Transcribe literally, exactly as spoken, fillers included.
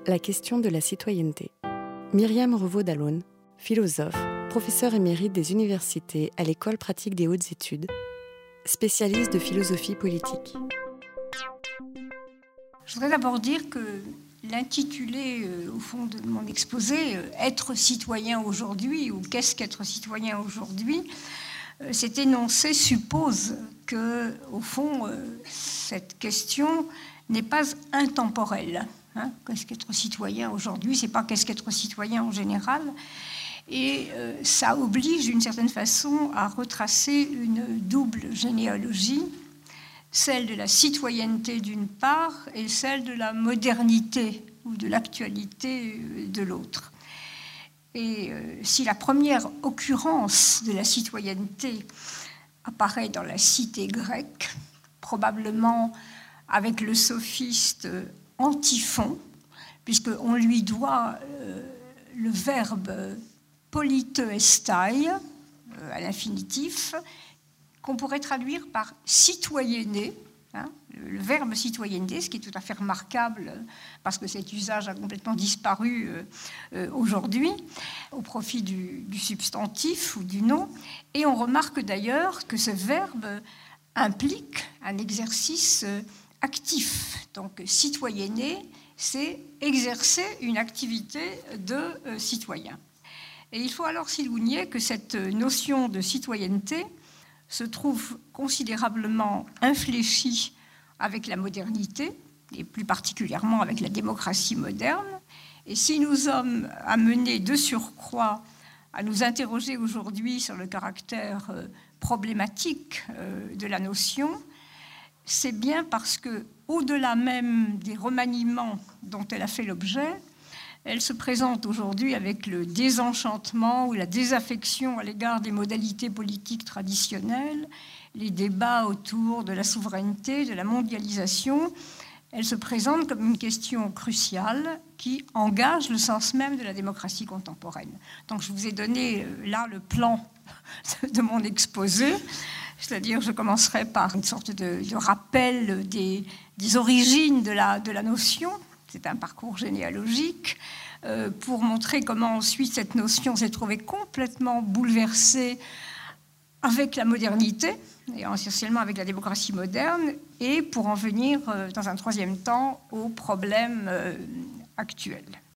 La question de la citoyenneté. Myriam Revaud-Dallon, philosophe, professeure émérite des universités à l'École pratique des hautes études, spécialiste de philosophie politique. Je voudrais d'abord dire que l'intitulé, euh, au fond, de mon exposé, euh, « Être citoyen aujourd'hui » ou « Qu'est-ce qu'être citoyen aujourd'hui ?» euh, cet énoncé suppose que, au fond, euh, cette question n'est pas intemporelle. Hein, qu'est-ce qu'être citoyen aujourd'hui? C'est pas qu'est-ce qu'être citoyen en général. Et euh, ça oblige, d'une certaine façon, à retracer une double généalogie, celle de la citoyenneté d'une part et celle de la modernité ou de l'actualité de l'autre. Et euh, si la première occurrence de la citoyenneté apparaît dans la cité grecque, probablement avec le sophiste Antiphon, puisqu'on lui doit euh, le verbe politeestai, euh, à l'infinitif, qu'on pourrait traduire par citoyenner, hein, le, le verbe citoyenneté, ce qui est tout à fait remarquable parce que cet usage a complètement disparu euh, euh, aujourd'hui au profit du, du substantif ou du nom. Et on remarque d'ailleurs que ce verbe implique un exercice euh, actif. Donc citoyenner, c'est exercer une activité de euh, citoyen. Et il faut alors souligner que cette notion de citoyenneté se trouve considérablement infléchie avec la modernité, et plus particulièrement avec la démocratie moderne. Et si nous sommes amenés de surcroît à nous interroger aujourd'hui sur le caractère problématique de la notion, c'est bien parce que, au-delà même des remaniements dont elle a fait l'objet, elle se présente aujourd'hui avec le désenchantement ou la désaffection à l'égard des modalités politiques traditionnelles, les débats autour de la souveraineté, de la mondialisation. Elle se présente comme une question cruciale qui engage le sens même de la démocratie contemporaine. Donc je vous ai donné là le plan de mon exposé, c'est-à-dire je commencerai par une sorte de, de rappel des, des origines de la, de la notion. C'est un parcours généalogique euh, pour montrer comment ensuite cette notion s'est trouvée complètement bouleversée avec la modernité, et essentiellement avec la démocratie moderne, et pour en venir euh, dans un troisième temps aux problèmes euh, actuels.